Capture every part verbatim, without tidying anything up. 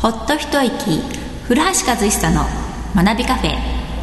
ほっと一息、古橋和久の学びカフェ。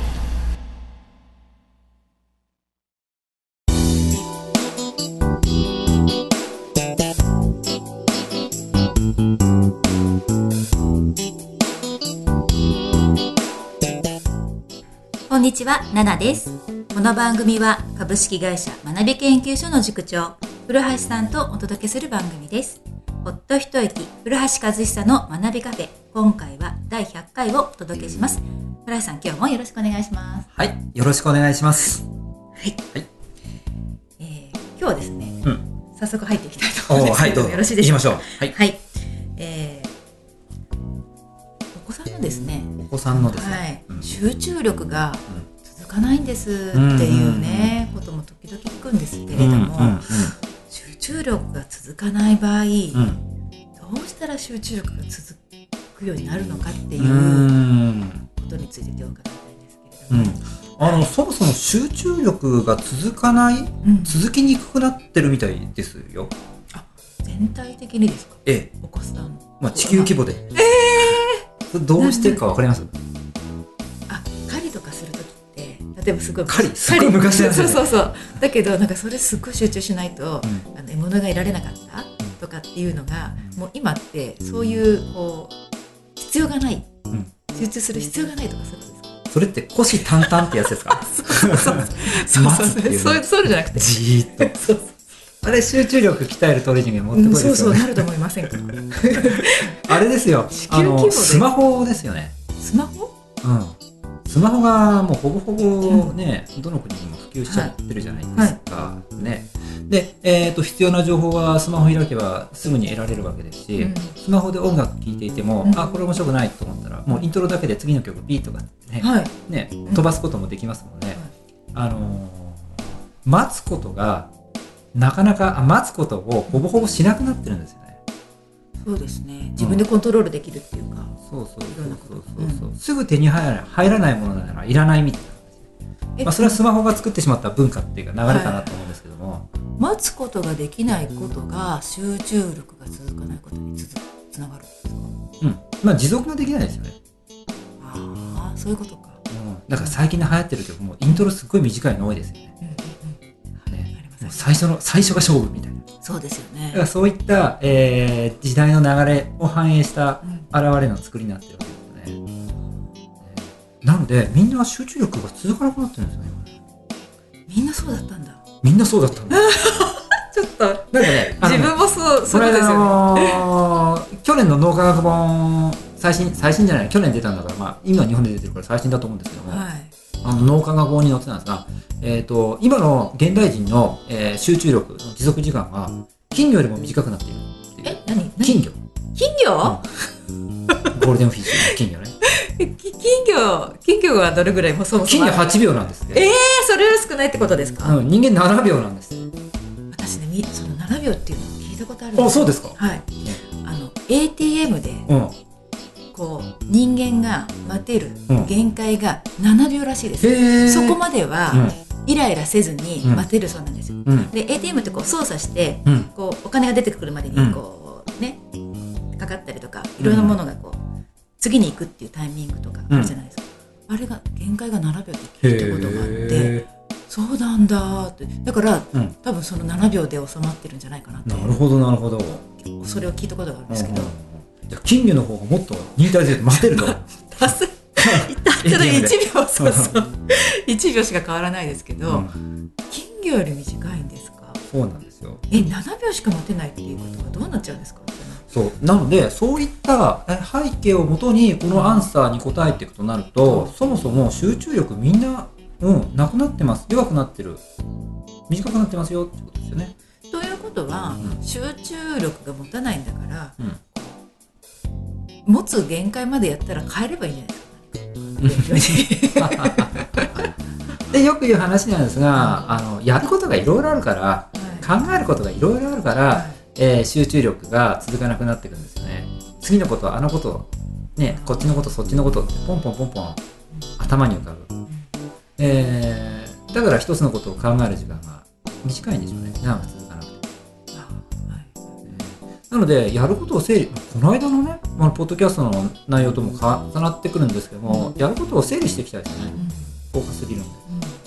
こんにちは、ナナです。この番組は株式会社学び研究所の塾長古橋さんとお届けする番組です。ほっと一息、古橋和久の学びカフェ。今回はだいひゃっかいをお届けします。古橋さん、今日もよろしくお願いします。 はい、よろしくお願いします。 はい、はい。えー、今日はですね、うん、早速入っていきたいと思うんですけど、はい、よろしいでしょうか。 行きましょう。はい、 はい。えー、お子さんのですね、 お子さんのですね、 はいうん、 集中力が続かないんですっていうね、うんうんうん、ことも時々聞くんですけれども、うんうんうん、集中力が続かない場合、うん、どうしたら集中力が続くようになるのかっていうことについて手を伺いたいんですけれども、 うん、あの、はい、そもそも集中力が続かない、うん、続きにくくなってるみたいですよ。 あ、全体的にですか？ ええ、 お子さん、 まあ、地球規模で、えー、 どうしてるかわかります？ あ、狩りとかするときって例えばすごい狩りすごい昔なんですよね。 そうそうそう。だけどなんかそれすごい集中しないと、うん、あの獲物が得られなかったとかっていうのが、うん、もう今ってそういうこう必要がない、うん、集中する必要がないとかそういうことですか？ それって虎視眈々ってやつですか？ そうそうそう待つっていう、ね、そうそうじゃなくてじーっとそうそうあれ集中力鍛えるトレーニングに持ってこいですよね、うん、 そうそうなると思いませんか？ あれですよ、あのスマホですよね。 スマホ？ うん、スマホがもうほぼほぼね、うん、どの国にも普及しちゃってるじゃないですか、はい、ね。で、えーと、必要な情報はスマホ開けばすぐに得られるわけですし、うん、スマホで音楽聴いていても、うん、あ、これ面白くないと思ったら、もうイントロだけで次の曲ビートがね、はい、ね、飛ばすこともできますもんね。うん、あのー、待つことがなかなか待つことをほぼほぼしなくなってるんですよね。そうですね。自分でコントロールできるっていうか、うん、そうそうそうそうそう、うん、すぐ手に入らない、入らないものならいらないみたいな。まあ、それはスマホが作ってしまった文化っていうか流れかなと思うんですけども、はい、待つことができないことが集中力が続かないことにつながるんですか？ うん、まあ持続ができないですよね。 ああ、そういうことか。 うん、だから最近の流行ってる曲もイントロすっごい短いの多いですよね。うんうんうん、ね、もう最初の最初が勝負みたいな。そうですよね。だからそういった、えー、時代の流れを反映した現れの作りになってるわけですよね。うんなのでみんな集中力が続かなくなってるんですよね。 みんなそうだったんだ。 みんなそうだったんだ。 ちょっとなんかね、 自分もそうそうですよね。 あのー、去年の脳科学本最新最新じゃない去年出たんだから、まあ今日本で出てるから最新だと思うんですけども、はい、あの脳科学本に載ってたんですが、えっと今の現代人の、えー、集中力の持続時間が金魚よりも短くなっているっていう。 え、何？ 金魚？ 金魚？ うん、ゴールデンフィッシュの金魚ね。 金魚、金魚はどれぐらいもそもそも金魚はちびょうなんですって。 えー、それより少ないってことですか？ うん、人間ななびょうなんです。 私ね、そのななびょうっていうのを聞いたことあるんですよ。 あ、そうですか。 はい。あの エーティーエム で、うん、こう人間が待てる限界がななびょうらしいです。うん、そこまでは、うん、イライラせずに待てるそうなんですよ。うん、で エーティーエム ってこう操作して、うん、こうお金が出てくるまでにこう、ね、かかったりとかいろんなものがこう。次に行くっていうタイミングとかあるじゃないですか、うん、あれが限界がななびょうって聞いたことがあって、そうなんだって。だから、うん、多分そのななびょうで収まってるんじゃないかなって。 なるほどなるほど。 それを聞いたことがあるんですけど、うんうん、 じゃあ金魚の方がもっと忍耐強く待てると達成たったいちびょうそうそういちびょうしか変わらないですけど、うん、金魚より短いんですか？ そうなんですよ。 え、ななびょうしか待てないっていうことはどうなっちゃうんですか？ そうなのでそういった背景をもとにこのアンサーに答えていくとなると、うん、そもそも集中力みんな、うん、なくなってます、弱くなってる、短くなってますよってことですよね。 ということは、うん、集中力が持たないんだから、うん、持つ限界までやったら変えればいいんじゃないですか？ でよく言う話なんですが、あのやることがいろいろあるから、はい、考えることがいろいろあるから、はいえー、集中力が続かなくなっていくんですよね。次のことあのこと、ね、こっちのことそっちのことってポンポンポンポン頭に浮かぶ、えー、だから一つのことを考える時間が短いんでしょうね。長く続かなくて、はいえー、 なのでやることを整理、この間のね、まあ、ポッドキャストの内容とも重なってくるんですけども、うん、やることを整理していきたいですよね、うん、フォーカス理論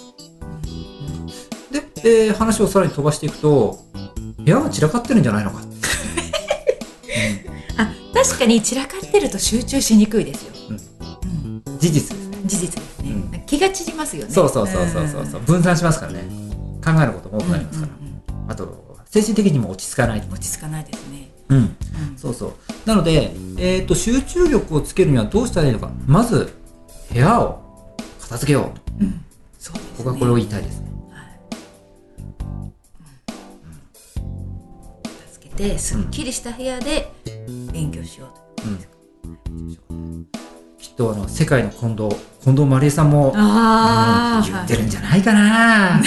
で、うん、で、えー、話をさらに飛ばしていくと、部屋が散らかってるんじゃないのか、うん、 あ、確かに散らかってると集中しにくいですよ、 うんうん、事実ですね、 事実ですね、うん、気が散りますよね。 そうそうそうそうそう、うん、分散しますからね、考えることも多くなりますから、うんうんうん、あと精神的にも落ち着かない、 落ち着かないですね、 うんうん、そうそう。なので、えーと、集中力をつけるにはどうしたらいいのか、まず部屋を片付けよう、うん、そうですね、僕はこれを言いたいですね、はい、 うん、片付けてすっきりした部屋で勉強しようと、 うんうん、きっとあの世界の近藤近藤麻理恵さんも、 あ、 うん、言ってるんじゃないかな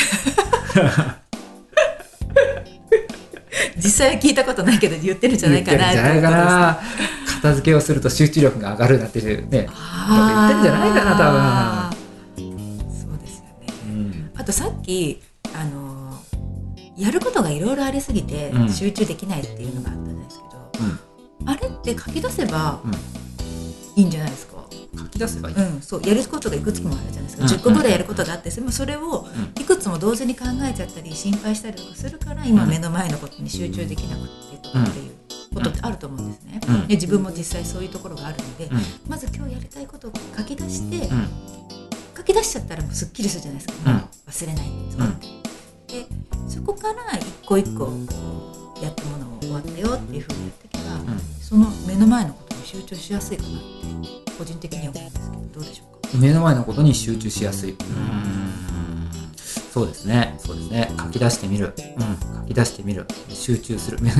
実際は聞いたことないけど言ってるんじゃないかな、 言ってるんじゃないかな、片付けをすると集中力が上がるなんていうね、言ってるんじゃないかな、多分。そうですよね、うん、あとさっきあのやることがいろいろありすぎて集中できないっていうのがあったじゃないですけど、うん、あれって書き出せばいいんじゃないですか。 書き出せばいい、 うん、そう、やることがいくつもあるじゃないですか、うん、じゅっこぐらいやることがあって、でもそれをいくつも同時に考えちゃったり心配したりとかするから今目の前のことに集中できなくてとかっていうことってあると思うんですね、うん、で自分も実際そういうところがあるので、うん、まず今日やりたいことを書き出して、うん、書き出しちゃったらもうすっきりするじゃないですか、うん、忘れないんです、うん、でそこから一個一個やったものを終わったよっていうふうにやっていけば、うん、その目の前のことに集中しやすいかなって個人的には思うんですけど、どうでしょうか。 目の前のことに集中しやすい、うーん、そうですね、そうですね、書き出してみる、うん、書き出してみる、集中する、うん、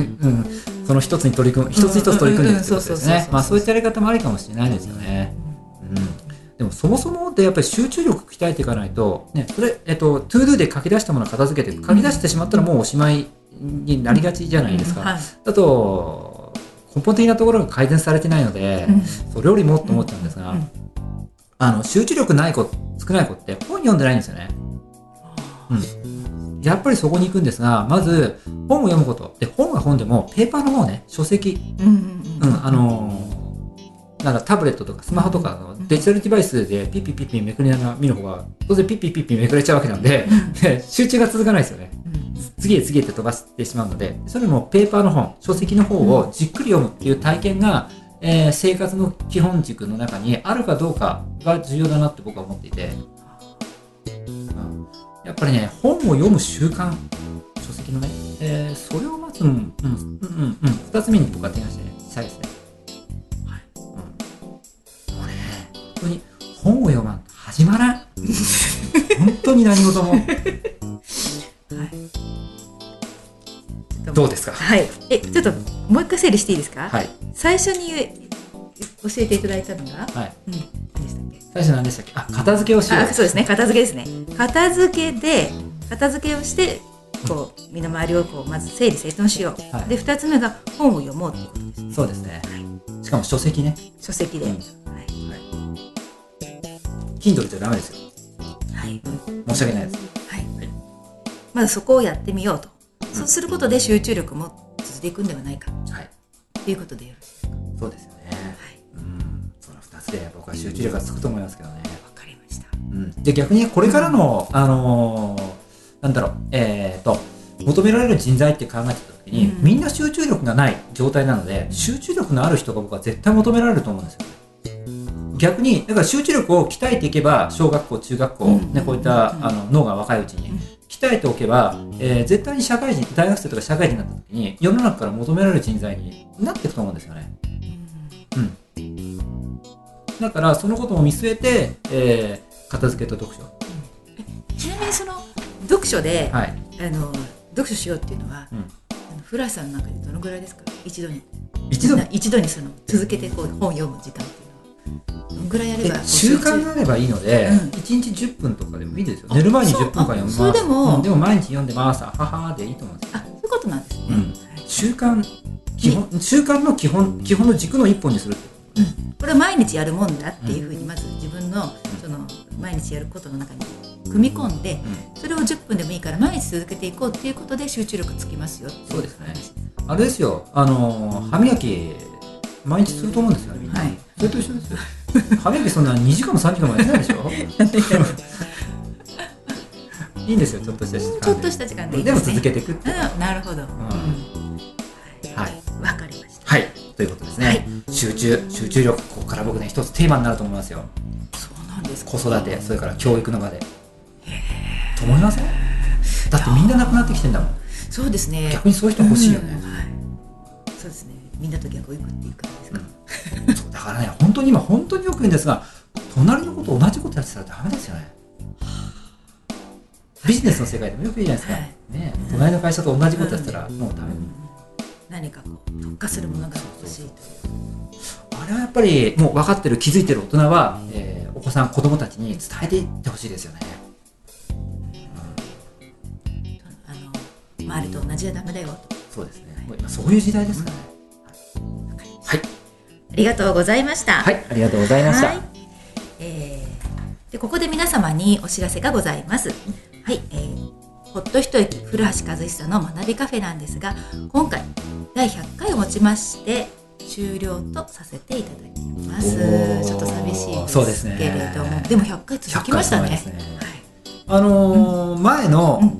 その一つに取り組む、一つ一つ取り組んでいくってことですね。まあそういったやり方もありかもしれないですよね、うん、でもそもそもってやっぱり集中力鍛えていかないと、ね、それ、えっと、トゥードゥで書き出したものを片付けて書き出してしまったらもうおしまいになりがちじゃないですか、うん、はい、だと根本的なところが改善されてないので、うん、それよりもと思っちゃうんですが、うん、あの集中力ない子、少ない子って本読んでないんですよね、うん、やっぱりそこに行くんですが、まず本を読むことで、本は本でもペーパーの方ね、書籍、うんうんうんうん、あのー、なんかタブレットとかスマホとかのデジタルデバイスでピッピッピッピめくりながら見る方が当然ピッピッピッピめくれちゃうわけなんで、集中が続かないですよね、次へ次へって飛ばしてしまうので、それもペーパーの本、書籍の方をじっくり読むっていう体験が、えー、生活の基本軸の中にあるかどうかが重要だなって僕は思っていて、うん、やっぱりね、本を読む習慣、書籍のね、えー、それをまず、うんうんうんうんうん、ふたつめに僕は提案してね、したいですね。はい、うん、もうね、本当に本を読まんと始まらん。本当に何事も。はい。どうですか。 はい。え、ちょっともう一回整理していいですか。 はい。 最初に教えていただいたのが、 はい。 うん、何でしたっけ。 最初何でしたっけ。あ、片付けをしよう。 あ、そうですね。片付けですね。片付けで片付けをしてこう身の回りをこうまず整理整頓しよう。はい、で二つ目が本を読もうということですね。 そうですね。はい、しかも書籍ね。 書籍で。うん、はい。 Kindle じゃダメですよ。 はい。 申し訳ないです。 はい。はい、まずそこをやってみようと。うん、そうすることで集中力も続いていくんではないか。はい。ということでよろしいですか。 そうですよね。はい。うん。その二つで僕は集中力がつくと思いますけどね。わかりました。 うん。で逆にこれからの、うん、あのー、なんだろうえっと求められる人材って考えてた時に、うん、みんな集中力がない状態なので、集中力のある人が僕は絶対求められると思うんですよ。逆にだから集中力を鍛えていけば小学校中学校、うんね、こういった、うん、あの脳が若いうちに鍛えておけば、えー、絶対に社会人大学生とか社会人になった時に世の中から求められる人材になっていくと思うんですよね、うん、だからそのことも見据えて、えー、片付けと読書、 うん、ちなみにその読書で、はい、あの読書しようっていうのは、うん、あのフラさんの中でどのぐらいですか。一度に一度に一度にその続けてこう本を読む時間っていうぐらいやれば習慣があればいいので、うん、いちにちじゅっぷんとかでもいいですよ。寝る前にじゅっぷんかん読みます。 それでも、 うん、でも毎日読んでますははでいいと思うんですよ。 あ、そういうことなんですね、うん、 習慣基本習慣の基本基本の軸の一本にするって、 うん、これは毎日やるもんだっていうふうにまず自分のその毎日やることの中に組み込んで、うん、それをじゅっぷんでもいいから毎日続けていこうっていうことで集中力つきますよ。 そうですね。 あれですよ、あの歯磨き毎日すると思うんですよね、みんな、はい、それと一緒ですよ歯磨きそんなにじかんもさんじかんもやってないでしょいいんですよ、ちょっとした時間で、 ちょっとした時間でいいですね。 でも続けていくっていう、 うん、なるほど、うん、 はい、 わかりました。 はい、ということですね、はい、集中集中力、ここから僕ね一つテーマになると思いますよ。 そうなんですか。 子育て、それから教育の場でと思いません？だってみんな亡くなってきてんだもん。 そうですね、 逆にそういう人欲しいよね、うん、 はい、そうですね、みんなと逆を行くっていう感じですか、 うん、そうだからね、本当に今本当によく言うんですが、隣のこと同じことやってたらダメですよね。ビジネスの世界でもよく言うじゃないですか、はいね、隣の会社と同じことやってたらもうダメ、うん、 何かこう特化するものが欲しいという、 あれはやっぱりもう分かってる、気づいてる大人は、えー、お子さん子供たちに伝えていってほしいですよね。 周りと同じはダメだよと。 そうですね、もう今そういう時代ですからね、 うん、 はい、 ありがとうございました。 はい、ありがとうございました。はい、 えー、でここで皆様にお知らせがございます。はい、えー、ほっと一息古橋和久の学びカフェなんですが、今回だいひゃっかいをもちまして終了とさせていただきます。ちょっと寂しいですけれども、で, ね、でもひゃっかい続きましたね。 あのーうん、前の、うん、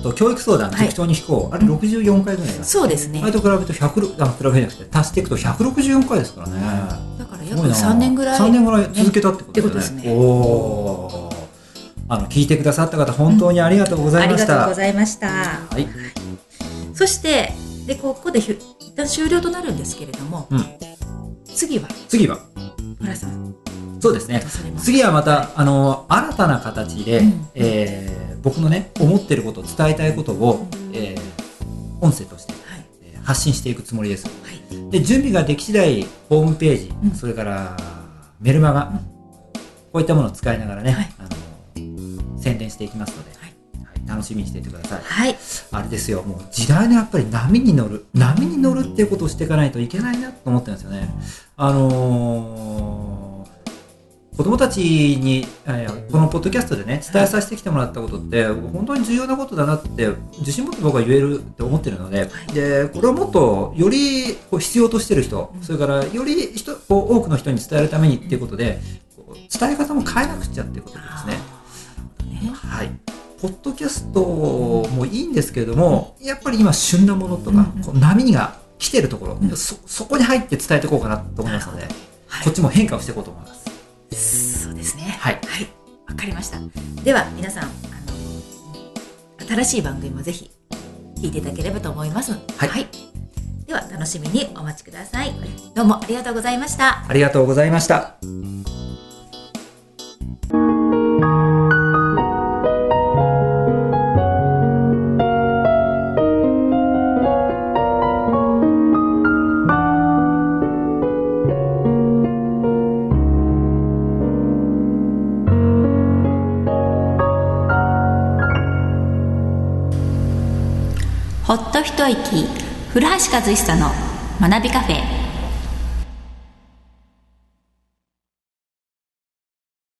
と教育相談、塾長に飛行、はい、あれろくじゅうよんかいぐらいだ、うん、 そうですね。 あれと比べるとひゃく、あ、比べなくて足していくとひゃくろくじゅうよんかいですからね。 だから約さんねんぐらいさんねんぐらい続けたってことですね。 ねおー、あの聞いてくださった方本当にありがとうございました。 うん、ありがとうございました。 はい。 そしてでここで一旦終了となるんですけれども、うん、次は次は村さん。 そうですね。次はまた、はい、あの新たな形で、うん、えー、僕のね思っていることを伝えたいことを、うん、えー、音声として、はい、えー、発信していくつもりです。はい、で準備ができ次第ホームページ、うん、それからメルマガ、うん、こういったものを使いながらね、はい、あの宣伝していきますので、はいはい、楽しみにしていてください。はい、あれですよ、もう時代のやっぱり波に乗る波に乗るっていうことをしていかないといけないなと思ってるんですよね。あのー子供たちにこのポッドキャストでね伝えさせてきてもらったことって本当に重要なことだなって自信持って僕は言えるって思ってるので、でこれをもっとよりこう必要としてる人、それからより人こう多くの人に伝えるためにっていうことで伝え方も変えなくちゃっていうことですね。はい、ポッドキャストもいいんですけれども、やっぱり今旬なものとか、こう波が来てるところ、そ, そこに入って伝えていこうかなと思いますので、こっちも変化をしていこうと思います。 そうですね。 はい。 はい。わかりました。では皆さん、あの新しい番組もぜひ聞いていただければと思います。はい。はい、では楽しみにお待ちください。どうもありがとうございました。 ありがとうございました。 ほっと一息、古橋和久の学びカフェ。